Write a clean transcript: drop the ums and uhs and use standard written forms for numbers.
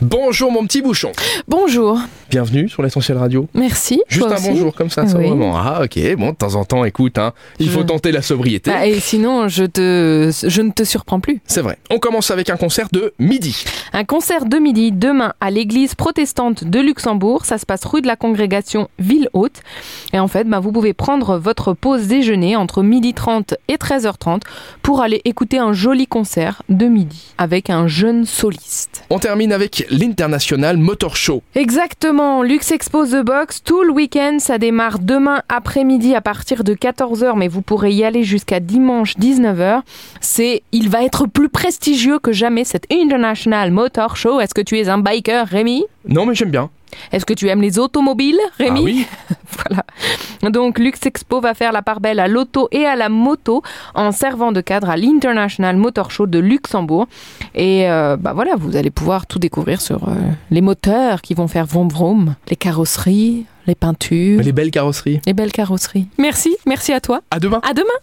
Bonjour mon petit bouchon. Bonjour. Bienvenue sur l'Essentiel Radio. Merci. Juste un aussi. bonjour comme ça, Oui. vraiment. Ah ok, bon de temps en temps écoute, il faut tenter la sobriété. Et sinon, je ne te surprends plus. C'est vrai. On commence avec un concert de midi. Un concert de midi demain à l'église protestante de Luxembourg. Ça se passe rue de la Congrégation Ville-Haute. Et en fait, vous pouvez prendre votre pause déjeuner entre 12h30 et 13h30 pour aller écouter un joli concert de midi avec un jeune soliste. On termine avec l'International Motor Show. Exactement, Lux Expo The Box, tout le week-end, ça démarre demain après-midi à partir de 14h, mais vous pourrez y aller jusqu'à dimanche 19h. Il va être plus prestigieux que jamais, cet International Motor Show. Est-ce que tu es un biker, Rémi ? Non mais j'aime bien. Est-ce que tu aimes les automobiles, Rémi ? Ah oui. Voilà. Donc, Lux Expo va faire la part belle à l'auto et à la moto en servant de cadre à l'International Motor Show de Luxembourg. Et voilà, vous allez pouvoir tout découvrir sur les moteurs qui vont faire vroom vroom, les carrosseries, les peintures. Les belles carrosseries. Les belles carrosseries. Merci à toi. À demain. À demain.